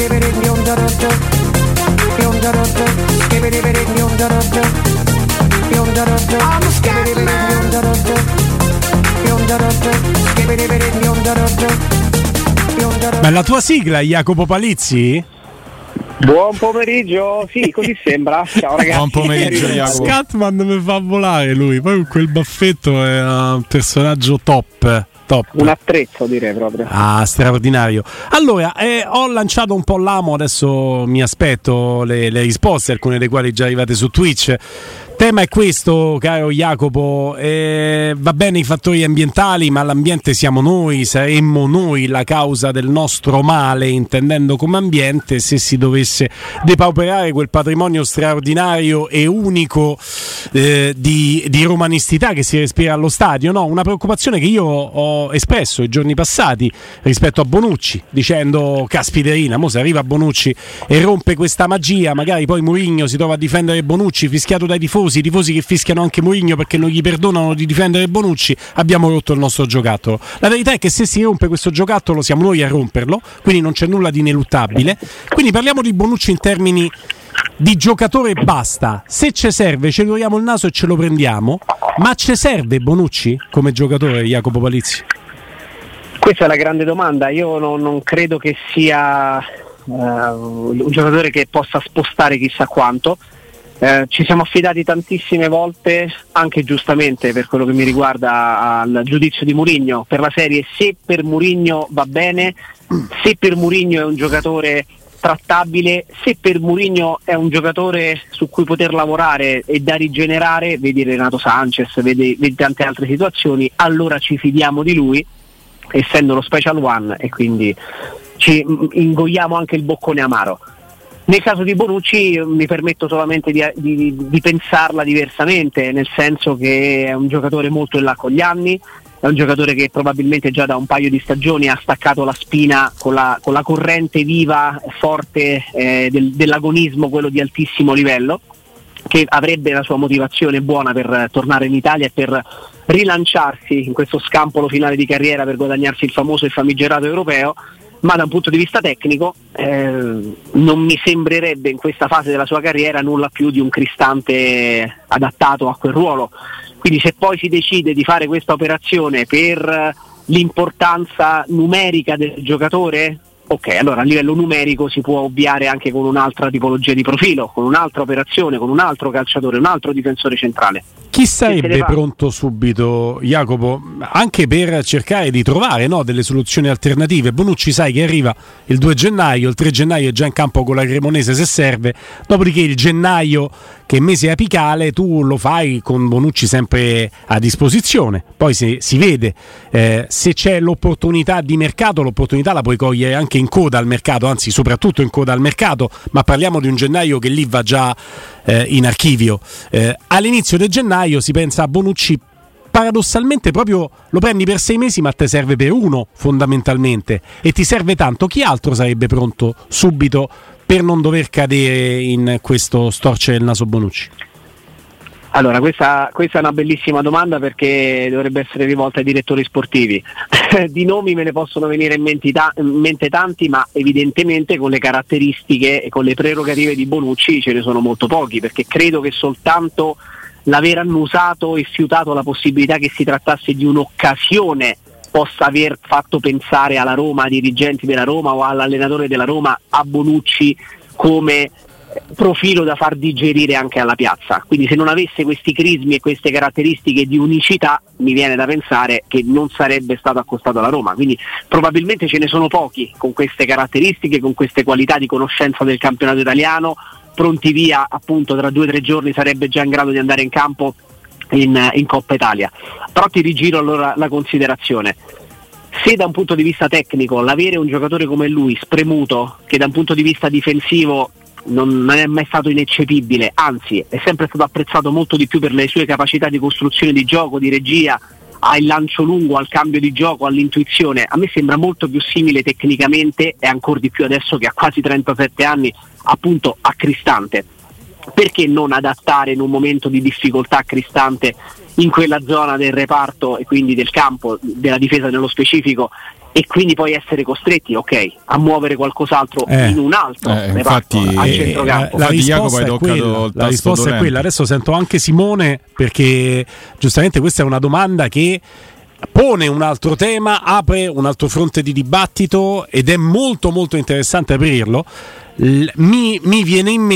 Ma è la tua sigla, Jacopo Palizzi? Buon pomeriggio, sì, così sembra. Ciao ragazzi. Buon pomeriggio, Jacopo. Scatman mi fa volare lui, poi con quel baffetto è un personaggio top. Un attrezzo, direi proprio. Straordinario. Allora, ho lanciato un po' l'amo, adesso mi aspetto le risposte, alcune delle quali già arrivate su Twitch. Tema è questo, caro Jacopo, va bene i fattori ambientali, ma l'ambiente siamo noi, saremmo noi la causa del nostro male, intendendo come ambiente, se si dovesse depauperare quel patrimonio straordinario e unico di romanistica che si respira allo stadio, no? Una preoccupazione che io ho espresso i giorni passati rispetto a Bonucci, dicendo caspiterina, mo se arriva Bonucci e rompe questa magia, magari poi Mourinho si trova a difendere Bonucci fischiato dai tifosi che fischiano anche Mourinho perché non gli perdonano di difendere Bonucci, abbiamo rotto il nostro giocattolo. La verità è che se si rompe questo giocattolo siamo noi a romperlo, quindi non c'è nulla di ineluttabile. Quindi parliamo di Bonucci in termini di giocatore e basta. Se ci serve ci duriamo il naso e ce lo prendiamo, ma ci serve Bonucci come giocatore, Jacopo Palizzi? Questa è la grande domanda. Io non credo che sia un giocatore che possa spostare chissà quanto. Ci siamo affidati tantissime volte, anche giustamente per quello che mi riguarda, al giudizio di Mourinho per la serie: se per Mourinho va bene, se per Mourinho è un giocatore trattabile, se per Mourinho è un giocatore su cui poter lavorare e da rigenerare, vedi Renato Sanchez, vedi tante altre situazioni, allora ci fidiamo di lui, essendo lo special one, e quindi ci ingoiamo anche il boccone amaro. Nel caso di Bonucci mi permetto solamente di pensarla diversamente, nel senso che è un giocatore molto in là con gli anni, è un giocatore che probabilmente già da un paio di stagioni ha staccato la spina con la corrente viva e forte dell'agonismo, quello di altissimo livello, che avrebbe la sua motivazione buona per tornare in Italia e per rilanciarsi in questo scampolo finale di carriera per guadagnarsi il famoso e famigerato europeo. Ma da un punto di vista tecnico non mi sembrerebbe in questa fase della sua carriera nulla più di un Cristante adattato a quel ruolo. Quindi se poi si decide di fare questa operazione per l'importanza numerica del giocatore, ok, allora a livello numerico si può ovviare anche con un'altra tipologia di profilo, con un'altra operazione, con un altro calciatore, un altro difensore centrale. Chi sarebbe pronto subito, Jacopo, anche per cercare di trovare, no, delle soluzioni alternative? Bonucci sai che arriva il 2 gennaio, il 3 gennaio è già in campo con la Cremonese se serve, dopodiché il gennaio, che è mese apicale, tu lo fai con Bonucci sempre a disposizione, poi se si vede se c'è l'opportunità di mercato, l'opportunità la puoi cogliere anche in coda al mercato, anzi soprattutto in coda al mercato, ma parliamo di un gennaio che lì va già in archivio. All'inizio del gennaio si pensa a Bonucci, paradossalmente proprio lo prendi per 6 mesi ma te serve per uno fondamentalmente, e ti serve tanto. Chi altro sarebbe pronto subito per non dover cadere in questo storcere del naso Bonucci? Allora, questa è una bellissima domanda, perché dovrebbe essere rivolta ai direttori sportivi. Di nomi me ne possono venire in mente tanti, ma evidentemente con le caratteristiche e con le prerogative di Bonucci ce ne sono molto pochi, perché credo che soltanto l'aver annusato e fiutato la possibilità che si trattasse di un'occasione possa aver fatto pensare alla Roma, ai dirigenti della Roma o all'allenatore della Roma, a Bonucci come profilo da far digerire anche alla piazza. Quindi se non avesse questi crismi e queste caratteristiche di unicità, mi viene da pensare che non sarebbe stato accostato alla Roma. Quindi probabilmente ce ne sono pochi con queste caratteristiche, con queste qualità di conoscenza del campionato italiano, pronti via appunto tra 2 o 3 giorni, sarebbe già in grado di andare in campo in Coppa Italia. Però ti rigiro allora la considerazione: se da un punto di vista tecnico l'avere un giocatore come lui, spremuto, che da un punto di vista difensivo non è mai stato ineccepibile, anzi è sempre stato apprezzato molto di più per le sue capacità di costruzione di gioco, di regia, al lancio lungo, al cambio di gioco, all'intuizione, a me sembra molto più simile tecnicamente, e ancor di più adesso che ha quasi 37 anni, appunto a Cristante. Perché non adattare in un momento di difficoltà Cristante in quella zona del reparto e quindi del campo, della difesa nello specifico, e quindi poi essere costretti a muovere qualcos'altro in un altro reparto a centrocampo. La risposta è quella. Adesso sento anche Simone, perché giustamente questa è una domanda che pone un altro tema, apre un altro fronte di dibattito ed è molto molto interessante aprirlo. Mi viene in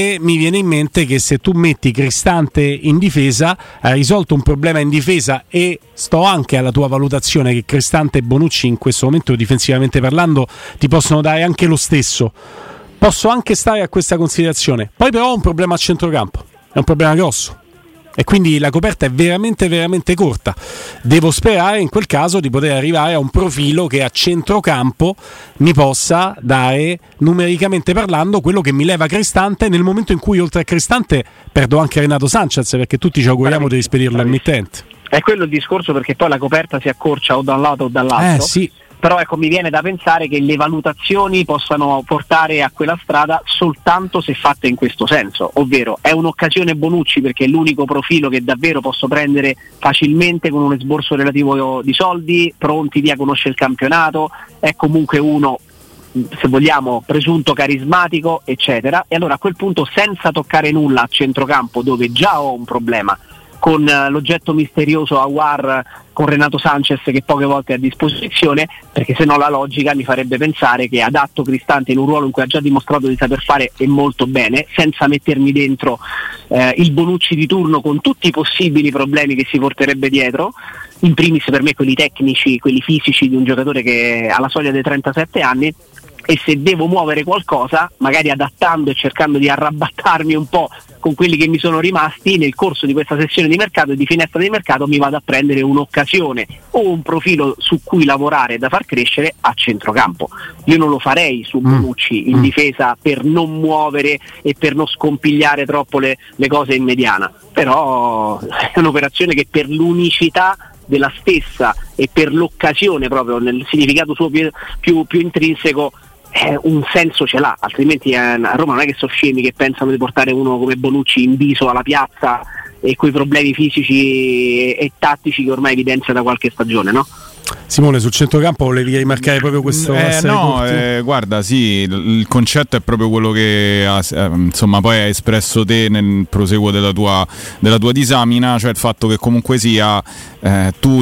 mente che se tu metti Cristante in difesa hai risolto un problema in difesa, e sto anche alla tua valutazione che Cristante e Bonucci in questo momento, difensivamente parlando, ti possono dare anche lo stesso. Posso anche stare a questa considerazione. Poi però ho un problema a centrocampo, è un problema grosso, e quindi la coperta è veramente veramente corta. Devo sperare in quel caso di poter arrivare a un profilo che a centrocampo mi possa dare, numericamente parlando, quello che mi leva Cristante, nel momento in cui oltre a Cristante perdo anche Renato Sanchez, perché tutti ci auguriamo di rispedirlo al mittente. È quello il discorso, perché poi la coperta si accorcia o da un lato o dall'altro. Sì. Però mi viene da pensare che le valutazioni possano portare a quella strada soltanto se fatte in questo senso, ovvero è un'occasione Bonucci perché è l'unico profilo che davvero posso prendere facilmente con un esborso relativo di soldi, pronti via, conosce il campionato, è comunque uno, se vogliamo, presunto carismatico, eccetera, e allora a quel punto, senza toccare nulla a centrocampo dove già ho un problema con l'oggetto misterioso Aouar, con Renato Sanchez che poche volte è a disposizione, perché se no la logica mi farebbe pensare che adatto Cristante in un ruolo in cui ha già dimostrato di saper fare e molto bene, senza mettermi dentro il Bonucci di turno con tutti i possibili problemi che si porterebbe dietro, in primis per me quelli tecnici, quelli fisici di un giocatore che ha la soglia dei 37 anni, e se devo muovere qualcosa, magari adattando e cercando di arrabattarmi un po' con quelli che mi sono rimasti nel corso di questa sessione di mercato e di finestra di mercato, mi vado a prendere un'occasione o un profilo su cui lavorare da far crescere a centrocampo. Io non lo farei su Bonucci in difesa per non muovere e per non scompigliare troppo le cose in mediana, però è un'operazione che per l'unicità della stessa e per l'occasione proprio nel significato suo più intrinseco un senso ce l'ha, altrimenti a Roma non è che sono scemi che pensano di portare uno come Bonucci in viso alla piazza e quei problemi fisici e tattici che ormai evidenzia da qualche stagione, no? Simone, sul centrocampo volevi rimarcare proprio questo? Guarda, sì, il concetto è proprio quello che insomma poi hai espresso te nel proseguo della tua disamina, cioè il fatto che comunque sia tu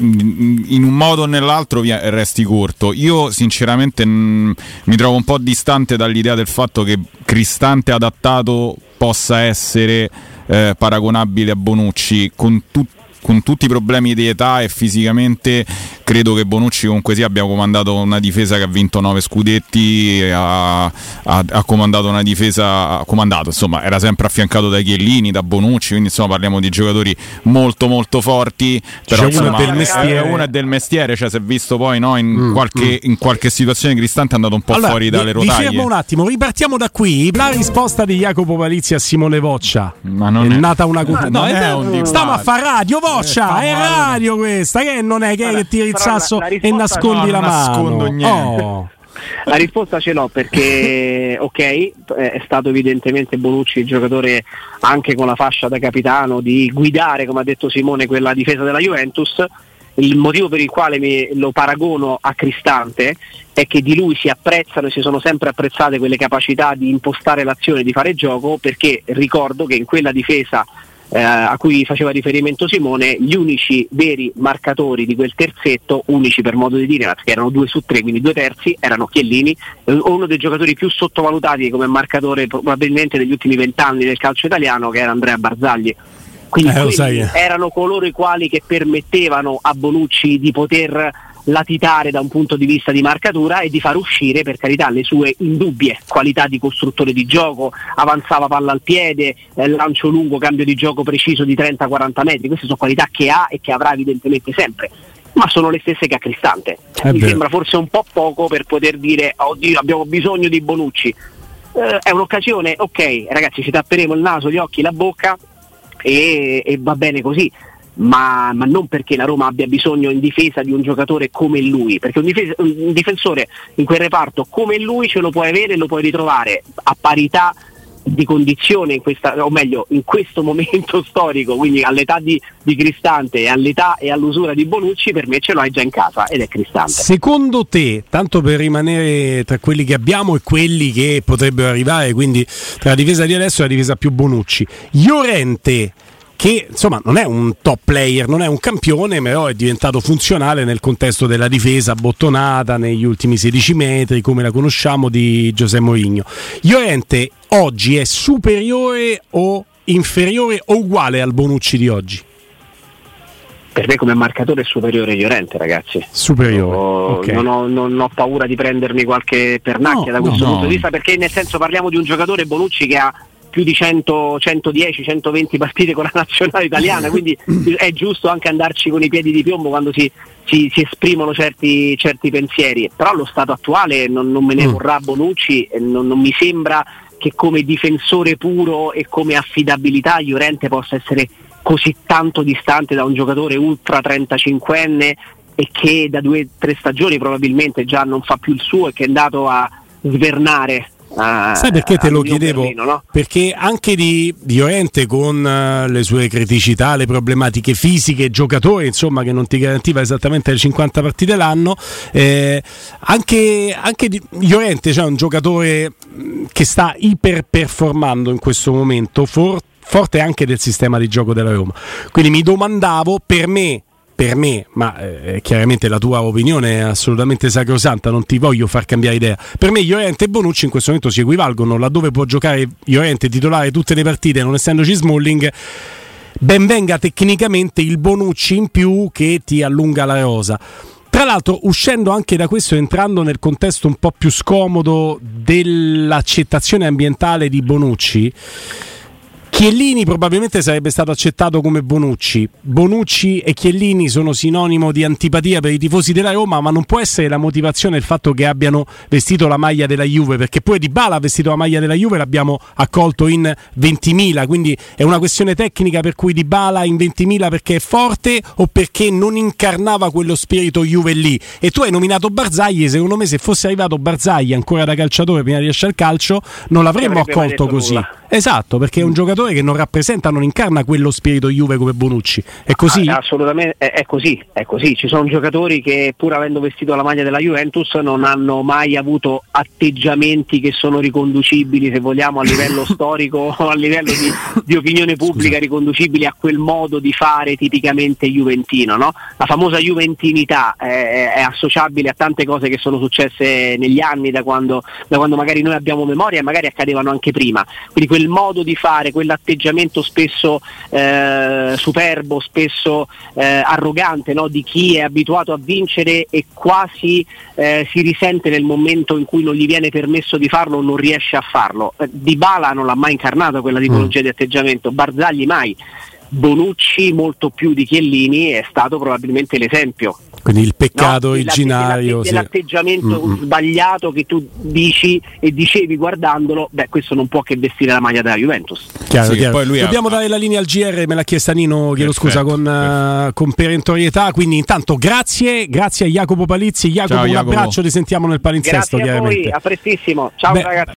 in un modo o nell'altro resti corto. Io sinceramente mi trovo un po' distante dall'idea del fatto che Cristante adattato possa essere paragonabile a Bonucci con tutti i problemi di età, e fisicamente credo che Bonucci comunque sia abbia comandato una difesa che ha vinto 9 scudetti, ha comandato una difesa, insomma era sempre affiancato da Chiellini, da Bonucci, quindi insomma parliamo di giocatori molto molto forti, però insomma, uno è del mestiere, cioè si è visto poi in qualche situazione Cristante è andato un po' fuori dalle rotaie. Vi fermo un attimo, ripartiamo da qui. La risposta di Jacopo Palizzi a Simone Voccia ma non è nata una stiamo a fare radio, Voccia, è radio questa, che non è che tiri il sasso e nascondi la mano. Nascondo niente. La risposta ce l'ho, perché è stato evidentemente Bonucci il giocatore, anche con la fascia da capitano, di guidare, come ha detto Simone, quella difesa della Juventus. Il motivo per il quale lo paragono a Cristante è che di lui si apprezzano e si sono sempre apprezzate quelle capacità di impostare l'azione, di fare gioco, perché ricordo che in quella difesa a cui faceva riferimento Simone, gli unici veri marcatori di quel terzetto, unici per modo di dire, perché erano 2 su 3, quindi 2 terzi, erano Chiellini, uno dei giocatori più sottovalutati come marcatore probabilmente negli ultimi 20 anni del calcio italiano, che era Andrea Barzagli. Quindi erano coloro i quali che permettevano a Bonucci di poter latitare da un punto di vista di marcatura e di far uscire, per carità, le sue indubbie qualità di costruttore di gioco. Avanzava palla al piede, lancio lungo, cambio di gioco preciso di 30-40 metri. Queste sono qualità che ha e che avrà evidentemente sempre, ma sono le stesse che a Cristante. Mi sembra forse un po' poco per poter dire oddio, abbiamo bisogno di Bonucci. È un'occasione, ok ragazzi, ci tapperemo il naso, gli occhi, la bocca e va bene così, ma non perché la Roma abbia bisogno in difesa di un giocatore come lui, perché un difensore in quel reparto come lui ce lo puoi avere e lo puoi ritrovare a parità di condizione in questa, o meglio in questo momento storico, quindi all'età di Cristante e all'età e all'usura di Bonucci, per me ce l'hai già in casa ed è Cristante. Secondo te, tanto per rimanere tra quelli che abbiamo e quelli che potrebbero arrivare, quindi tra la difesa di adesso e la difesa più Bonucci, Llorente, che insomma non è un top player, non è un campione, però è diventato funzionale nel contesto della difesa bottonata negli ultimi 16 metri, come la conosciamo, di José Mourinho. Llorente oggi è superiore o inferiore o uguale al Bonucci di oggi? Per me come marcatore è superiore Llorente, ragazzi. Superiore. Okay. Non ho paura di prendermi qualche pernacchia da questo punto di vista, perché nel senso parliamo di un giocatore, Bonucci, che ha più di 100, 110, 120 partite con la nazionale italiana, quindi è giusto anche andarci con i piedi di piombo quando si esprimono certi pensieri, però allo stato attuale non me ne vorrà Bonucci, e non mi sembra che come difensore puro e come affidabilità Llorente possa essere così tanto distante da un giocatore ultra 35enne e che da 2 o 3 stagioni probabilmente già non fa più il suo e che è andato a svernare. Sai perché te lo chiedevo? Berlino, no? Perché anche di Llorente, con le sue criticità, le problematiche fisiche, giocatore insomma che non ti garantiva esattamente le 50 partite l'anno, anche di Llorente c'è un giocatore che sta iperperformando in questo momento, forte anche del sistema di gioco della Roma. Quindi mi domandavo, per me, ma chiaramente la tua opinione è assolutamente sacrosanta, non ti voglio far cambiare idea. Per me Llorente e Bonucci in questo momento si equivalgono, laddove può giocare Llorente titolare tutte le partite non essendoci Smalling, ben venga tecnicamente il Bonucci in più che ti allunga la rosa. Tra l'altro, uscendo anche da questo, entrando nel contesto un po' più scomodo dell'accettazione ambientale di Bonucci, Chiellini probabilmente sarebbe stato accettato come Bonucci. Bonucci e Chiellini sono sinonimo di antipatia per i tifosi della Roma, ma non può essere la motivazione il fatto che abbiano vestito la maglia della Juve, perché poi Dybala ha vestito la maglia della Juve e l'abbiamo accolto in 20.000, quindi è una questione tecnica per cui Dybala in 20.000 perché è forte o perché non incarnava quello spirito Juve lì. E tu hai nominato Barzagli, secondo me se fosse arrivato Barzagli ancora da calciatore prima di lasciare il calcio non l'avremmo accolto così. Nulla. Esatto, perché è un giocatore che non rappresenta, non incarna quello spirito Juve come Bonucci. È così? Assolutamente, è così. Ci sono giocatori che pur avendo vestito la maglia della Juventus non hanno mai avuto atteggiamenti che sono riconducibili, se vogliamo, a livello storico o a livello di opinione pubblica, riconducibili a quel modo di fare tipicamente juventino, no? La famosa juventinità è associabile a tante cose che sono successe negli anni, da quando magari noi abbiamo memoria e magari accadevano anche prima. Quindi quel modo di fare, quell'atteggiamento spesso superbo, spesso arrogante, no? Di chi è abituato a vincere e quasi si risente nel momento in cui non gli viene permesso di farlo o non riesce a farlo. Dybala non l'ha mai incarnato quella tipologia di atteggiamento, Barzagli mai. Bonucci molto più di Chiellini è stato probabilmente l'esempio. Quindi il peccato originario dell'atteggiamento sbagliato che tu dici e dicevi guardandolo, questo non può che vestire la maglia della Juventus. Chiaro. Poi lui dobbiamo dare la linea al GR, me l'ha chiesta Nino, chiedo scusa, con perentorietà, quindi intanto grazie a Jacopo Palizzi. Jacopo, un abbraccio, ti sentiamo nel palinsesto. Grazie a voi, a prestissimo, ciao ragazzi.